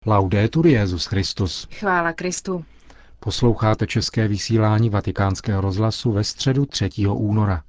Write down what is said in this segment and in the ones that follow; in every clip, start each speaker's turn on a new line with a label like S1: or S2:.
S1: Laudetur Jesus Christus.
S2: Chvála Kristu.
S1: Posloucháte české vysílání Vatikánského rozhlasu ve středu 3. února.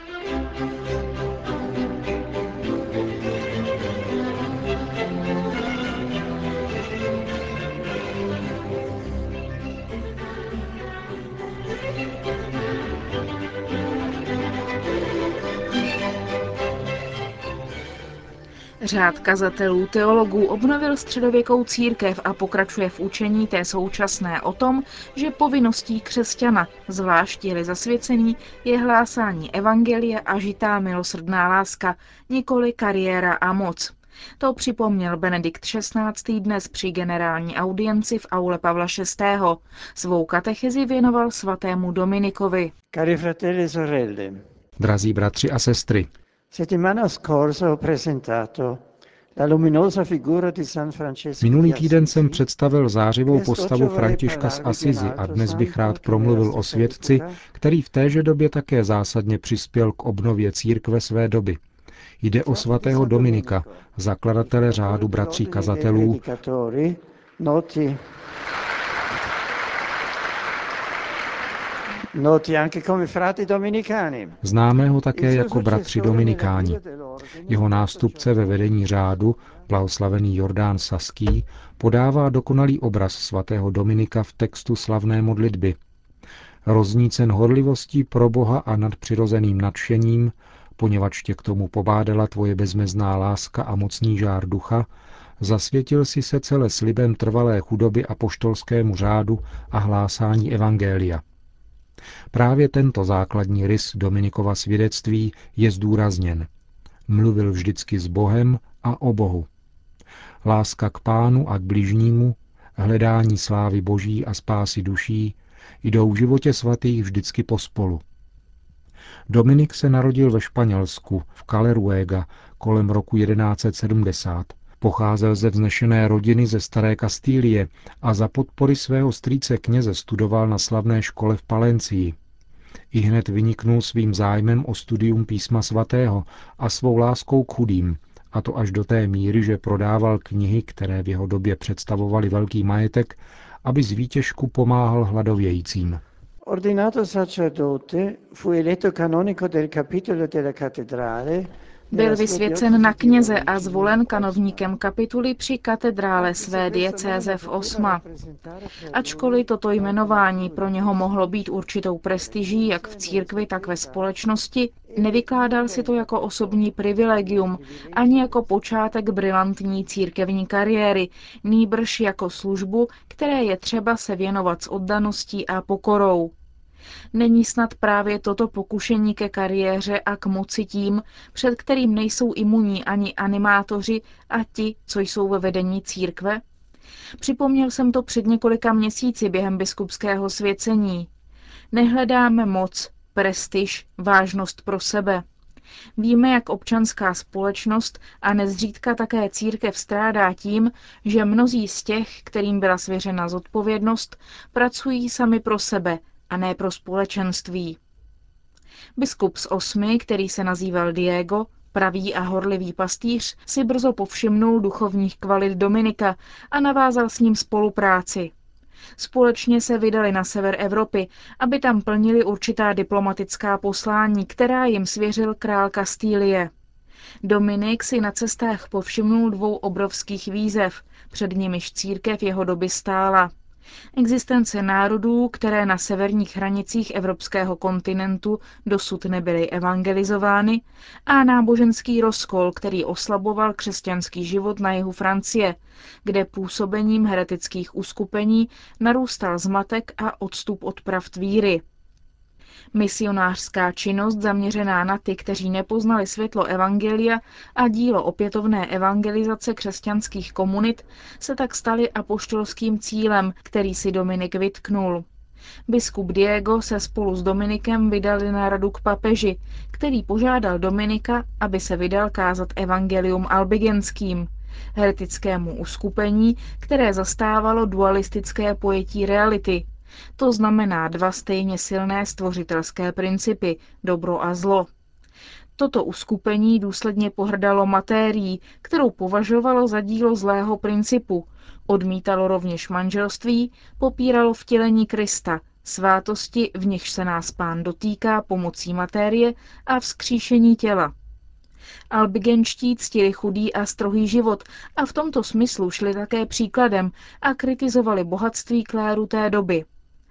S2: Řád kazatelů teologů obnovil středověkou církev a pokračuje v učení té současné o tom, že povinností křesťana, zvlášť je-li zasvěcený, je hlásání evangelia a žitá milosrdná láska, nikoli kariéra a moc. To připomněl Benedikt XVI. Dnes při generální audienci v aule Pavla VI. Svou katechezi věnoval svatému Dominikovi.
S3: Cari fratelli e sorelle.
S1: Drazí bratři a sestry,
S3: Settimana scorsa ho presentato la luminosa figura di San Francesco di
S1: minulý týden jsem
S3: Assisi.
S1: představil zářivou postavu Františka z Assisi a dnes bych rád promluvil o světci, který v téže době také zásadně přispěl k obnově církve své doby. Jde o svatého Dominika, zakladatele řádu bratří kazatelů, známého také jako bratři dominikáni. Jeho nástupce ve vedení řádu, blahoslavený Jordán Saský, podává dokonalý obraz svatého Dominika v textu slavné modlitby. Roznícen horlivostí pro Boha a nadpřirozeným nadšením, poněvadž tě k tomu pobádala tvoje bezmezná láska a mocný žár ducha, zasvětil si se celé slibem trvalé chudoby apoštolskému řádu a hlásání evangelia. Právě tento základní rys Dominikova svědectví je zdůrazněn. Mluvil vždycky s Bohem a o Bohu. Láska k Pánu a k bližnímu, hledání slávy Boží a spásy duší jdou v životě svatých vždycky pospolu. Dominik se narodil ve Španělsku, v Caleruega, kolem roku 1170. Pocházel ze vznešené rodiny ze Staré Kastýlie a za podpory svého strýce kněze studoval na slavné škole v Palencii. Ihned vyniknul svým zájmem o studium písma svatého a svou láskou k chudým, a to až do té míry, že prodával knihy, které v jeho době představovaly velký majetek, aby z výtěžku pomáhal hladovějícím.
S3: Ordinato sacerdote, fu eletto canonico del capitolo della cattedrale.
S2: Byl vysvěcen na kněze a zvolen kanovníkem kapituly při katedrále své diecéze v Osma. Ačkoliv toto jmenování pro něho mohlo být určitou prestiží jak v církvi, tak ve společnosti, nevykládal si to jako osobní privilegium, ani jako počátek brilantní církevní kariéry, nýbrž jako službu, které je třeba se věnovat s oddaností a pokorou. Není snad právě toto pokušení ke kariéře a k moci tím, před kterým nejsou imunní ani animátoři a ti, co jsou ve vedení církve? Připomněl jsem to před několika měsíci během biskupského svěcení. Nehledáme moc, prestiž, vážnost pro sebe. Víme, jak občanská společnost a nezřídka také církev strádá tím, že mnozí z těch, kterým byla svěřena zodpovědnost, pracují sami pro sebe, a ne pro společenství. Biskup z Osmy, který se nazýval Diego, pravý a horlivý pastýř, si brzo povšimnul duchovních kvalit Dominika a navázal s ním spolupráci. Společně se vydali na sever Evropy, aby tam plnili určitá diplomatická poslání, která jim svěřil král Kastýlie. Dominik si na cestách povšimnul dvou obrovských výzev, před nimiž církev jeho doby stála. Existence národů, které na severních hranicích evropského kontinentu dosud nebyly evangelizovány, a náboženský rozkol, který oslaboval křesťanský život na jihu Francie, kde působením heretických uskupení narůstal zmatek a odstup od pravd víry. Misionářská činnost zaměřená na ty, kteří nepoznali světlo evangelia a dílo opětovné evangelizace křesťanských komunit, se tak staly apoštolským cílem, který si Dominik vytknul. Biskup Diego se spolu s Dominikem vydali na radu k papeži, který požádal Dominika, aby se vydal kázat evangelium albigenským, heretickému uskupení, které zastávalo dualistické pojetí reality. To znamená dva stejně silné stvořitelské principy, dobro a zlo. Toto uskupení důsledně pohrdalo matérií, kterou považovalo za dílo zlého principu, odmítalo rovněž manželství, popíralo vtělení Krista, svátosti, v nichž se nás Pán dotýká pomocí matérie a vzkříšení těla. Albigenští ctili chudý a strohý život a v tomto smyslu šli také příkladem a kritizovali bohatství kléru té doby.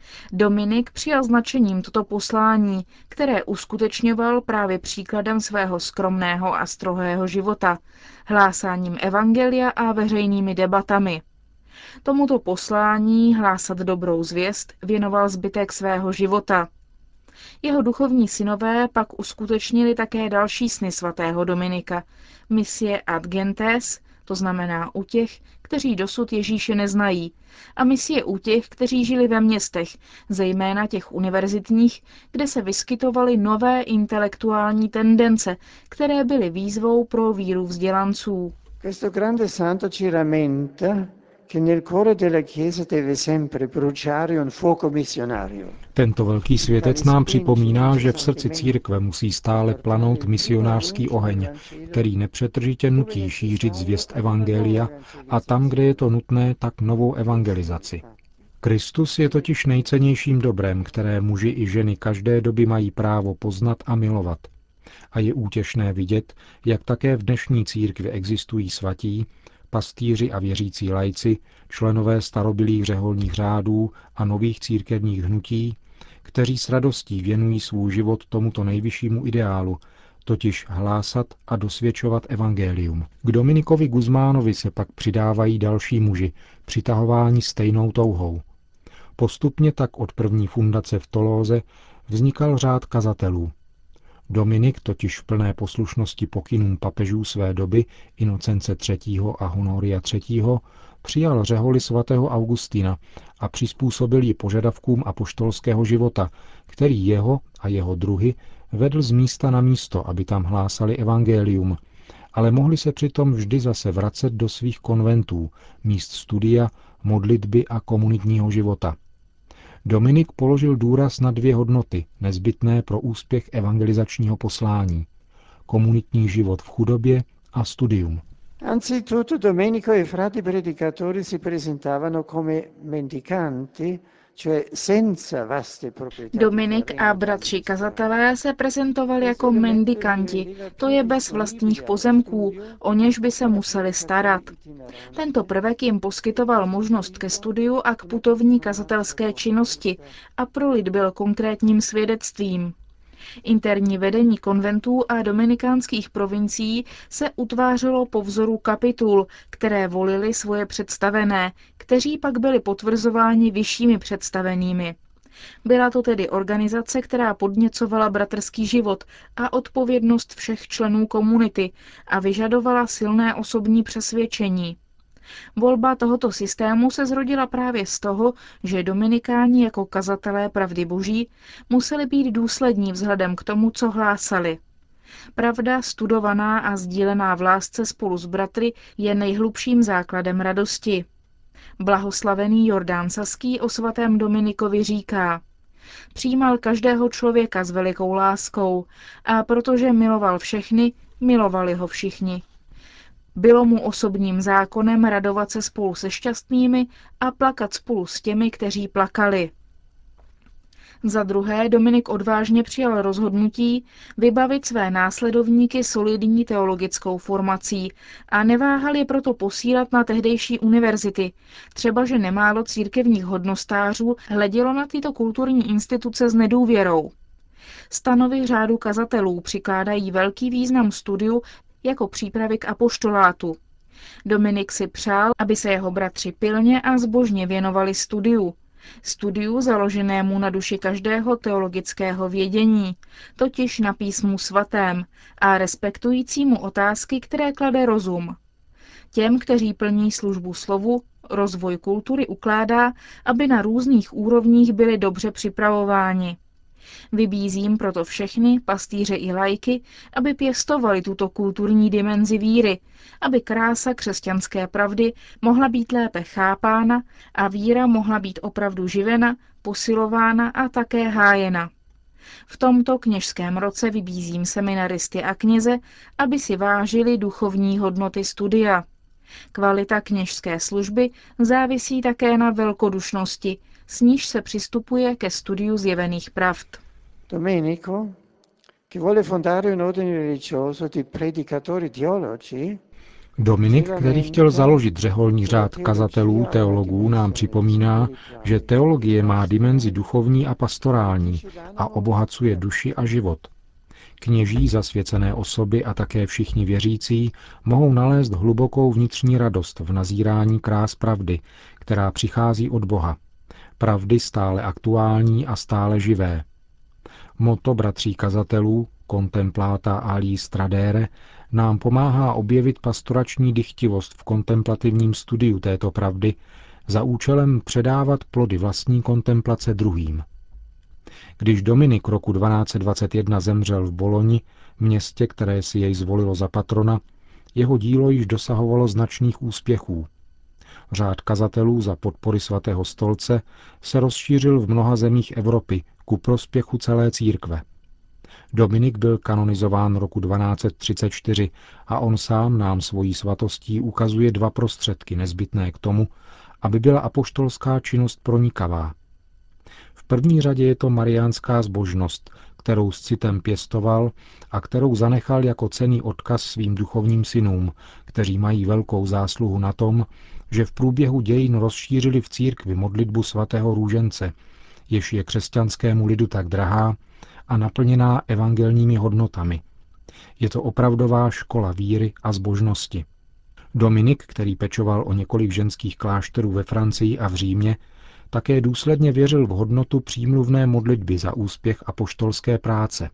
S2: Dominik přijal značením toto poslání, které uskutečňoval právě příkladem svého skromného a strohého života, hlásáním evangelia a veřejnými debatami. Tomuto poslání hlásat dobrou zvěst věnoval zbytek svého života. Jeho duchovní synové pak uskutečnili také další sny svatého Dominika, misie ad gentes, to znamená u těch, kteří dosud Ježíše neznají, a misie u těch, kteří žili ve městech, zejména těch univerzitních, kde se vyskytovaly nové intelektuální tendence, které byly výzvou pro víru vzdělanců.
S3: Questo grande santo ci rammenta che nel cuore della Chiesa deve sempre bruciare un fuoco missionario.
S1: Tento velký světec nám připomíná, že v srdci církve musí stále planout misionářský oheň, který nepřetržitě nutí šířit zvěst evangelia a tam, kde je to nutné, tak novou evangelizaci. Kristus je totiž nejcennějším dobrem, které muži i ženy každé doby mají právo poznat a milovat. A je útěšné vidět, jak také v dnešní církvi existují svatí, pastýři a věřící laici, členové starobylých řeholních řádů a nových církevních hnutí, kteří s radostí věnují svůj život tomuto nejvyššímu ideálu, totiž hlásat a dosvědčovat evangelium. K Dominikovi Guzmánovi se pak přidávají další muži, přitahováni stejnou touhou. Postupně tak od první fundace v Tolóze vznikal řád kazatelů. Dominik totiž v plné poslušnosti pokynům papežů své doby Inocence III. A Honoria III. Přijal řeholi svatého Augustina a přizpůsobil ji požadavkům apoštolského života, který jeho a jeho druhy vedl z místa na místo, aby tam hlásali evangelium, ale mohli se přitom vždy zase vracet do svých konventů, míst studia, modlitby a komunitního života. Dominik položil důraz na dvě hodnoty, nezbytné pro úspěch evangelizačního poslání. Komunitní život v chudobě a studium.
S3: Anzitutto Domenico e i frati predicatori si presentavano come mendicanti, cioè senza vaste proprietà.
S2: Dominik a bratři kazatelé se prezentovali jako mendikanti, to je bez vlastních pozemků, o něž by se museli starat. Tento prvek jim poskytoval možnost ke studiu a k putovní kazatelské činnosti a pro lid byl konkrétním svědectvím. Interní vedení konventů a dominikánských provincií se utvářelo po vzoru kapitul, které volili svoje představené, kteří pak byli potvrzováni vyššími představenými. Byla to tedy organizace, která podněcovala bratrský život a odpovědnost všech členů komunity a vyžadovala silné osobní přesvědčení. Volba tohoto systému se zrodila právě z toho, že dominikáni jako kazatelé pravdy boží museli být důslední vzhledem k tomu, co hlásali. Pravda studovaná a sdílená v lásce spolu s bratry je nejhlubším základem radosti. Blahoslavený Jordán Saský o svatém Dominikovi říká: přijímal každého člověka s velikou láskou a protože miloval všechny, milovali ho všichni. Bylo mu osobním zákonem radovat se spolu se šťastnými a plakat spolu s těmi, kteří plakali. Za druhé, Dominik odvážně přijal rozhodnutí vybavit své následovníky solidní teologickou formací a neváhal je proto posílat na tehdejší univerzity, třeba že nemálo církevních hodnostářů hledělo na tyto kulturní instituce s nedůvěrou. Stanovy řádu kazatelů přikládají velký význam studiu jako přípravy k apoštolátu. Dominik si přál, aby se jeho bratři pilně a zbožně věnovali studiu založenému na duši každého teologického vědění, totiž na písmu svatém a respektujícímu otázky, které klade rozum. Těm, kteří plní službu slovu, rozvoj kultury ukládá, aby na různých úrovních byli dobře připravováni. Vybízím proto všechny, pastýře i laiky, aby pěstovali tuto kulturní dimenzi víry, aby krása křesťanské pravdy mohla být lépe chápána a víra mohla být opravdu živena, posilována a také hájena. V tomto kněžském roce vybízím seminaristy a kněze, aby si vážili duchovní hodnoty studia. Kvalita kněžské služby závisí také na velkodušnosti, s níž se přistupuje ke studiu zjevených pravd.
S3: Domenico, che vuole fondare un ordine religioso di predicatori teologi,
S1: Dominik, který chtěl založit řeholní řád kazatelů, teologů, nám připomíná, že teologie má dimenzi duchovní a pastorální a obohacuje duši a život. Kněží, zasvěcené osoby a také všichni věřící mohou nalézt hlubokou vnitřní radost v nazírání krás pravdy, která přichází od Boha. Pravdy stále aktuální a stále živé. Motto bratří kazatelů, Contemplata aliis tradere, nám pomáhá objevit pastorační dychtivost v kontemplativním studiu této pravdy za účelem předávat plody vlastní kontemplace druhým. Když Dominik roku 1221 zemřel v Boloni, městě, které si jej zvolilo za patrona, jeho dílo již dosahovalo značných úspěchů. Řád kazatelů za podpory svatého stolce se rozšířil v mnoha zemích Evropy ku prospěchu celé církve. Dominik byl kanonizován roku 1234 a on sám nám svojí svatostí ukazuje dva prostředky nezbytné k tomu, aby byla apoštolská činnost pronikavá. V první řadě je to mariánská zbožnost, kterou s citem pěstoval a kterou zanechal jako cenný odkaz svým duchovním synům, kteří mají velkou zásluhu na tom, že v průběhu dějin rozšířili v církvi modlitbu svatého růžence, jež je křesťanskému lidu tak drahá a naplněná evangelními hodnotami. Je to opravdová škola víry a zbožnosti. Dominik, který pečoval o několik ženských klášterů ve Francii a v Římě, také důsledně věřil v hodnotu přímluvné modlitby za úspěch apoštolské práce.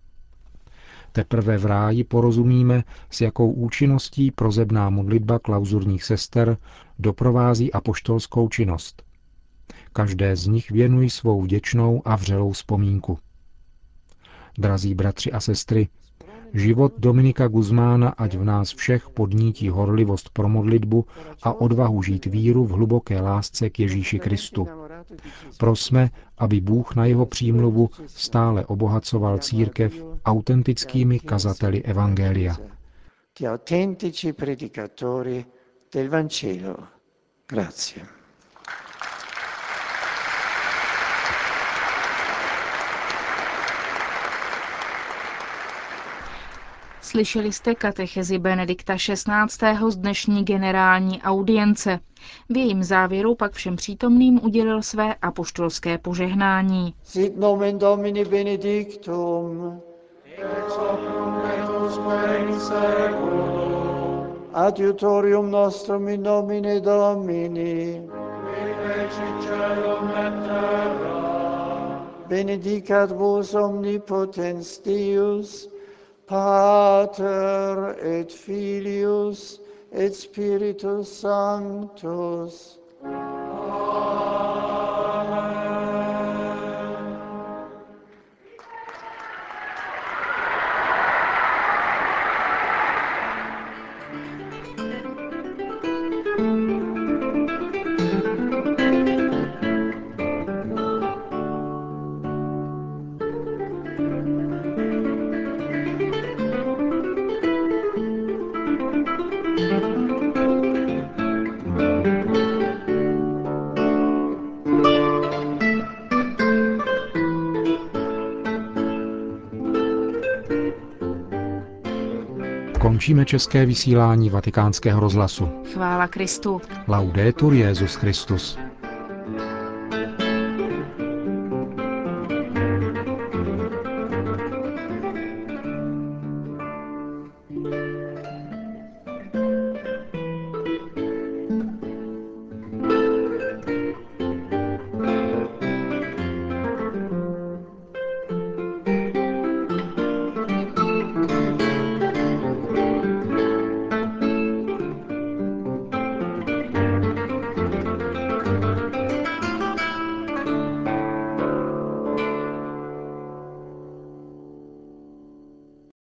S1: Teprve v ráji porozumíme, s jakou účinností prozebná modlitba klauzurních sester doprovází apoštolskou činnost. Každé z nich věnují svou vděčnou a vřelou vzpomínku. Drazí bratři a sestry, život Dominika Guzmána ať v nás všech podnítí horlivost pro modlitbu a odvahu žít víru v hluboké lásce k Ježíši Kristu. Prosme, aby Bůh na jeho přímluvu stále obohacoval církev autentickými kazateli evangelia.
S3: Di autentici predicatori del Vangelo. Grazie.
S2: Slyšeli jste katechezi Benedikta XVI. Z dnešní generální audience. V jejím závěru pak všem přítomným udělil své apoštolské požehnání.
S3: Sit nomen Domini benedictum. Ex hoc nunc et usque in seculum. Adiutorium nostrum in nomine Domini. Qui fecit caelum et terra. Benedicat vos omnipotens Deus, Pater et Filius et Spiritus Sanctus.
S1: Končíme české vysílání Vatikánského rozhlasu.
S2: Chvála Kristu.
S1: Laudetur Jesus Christus.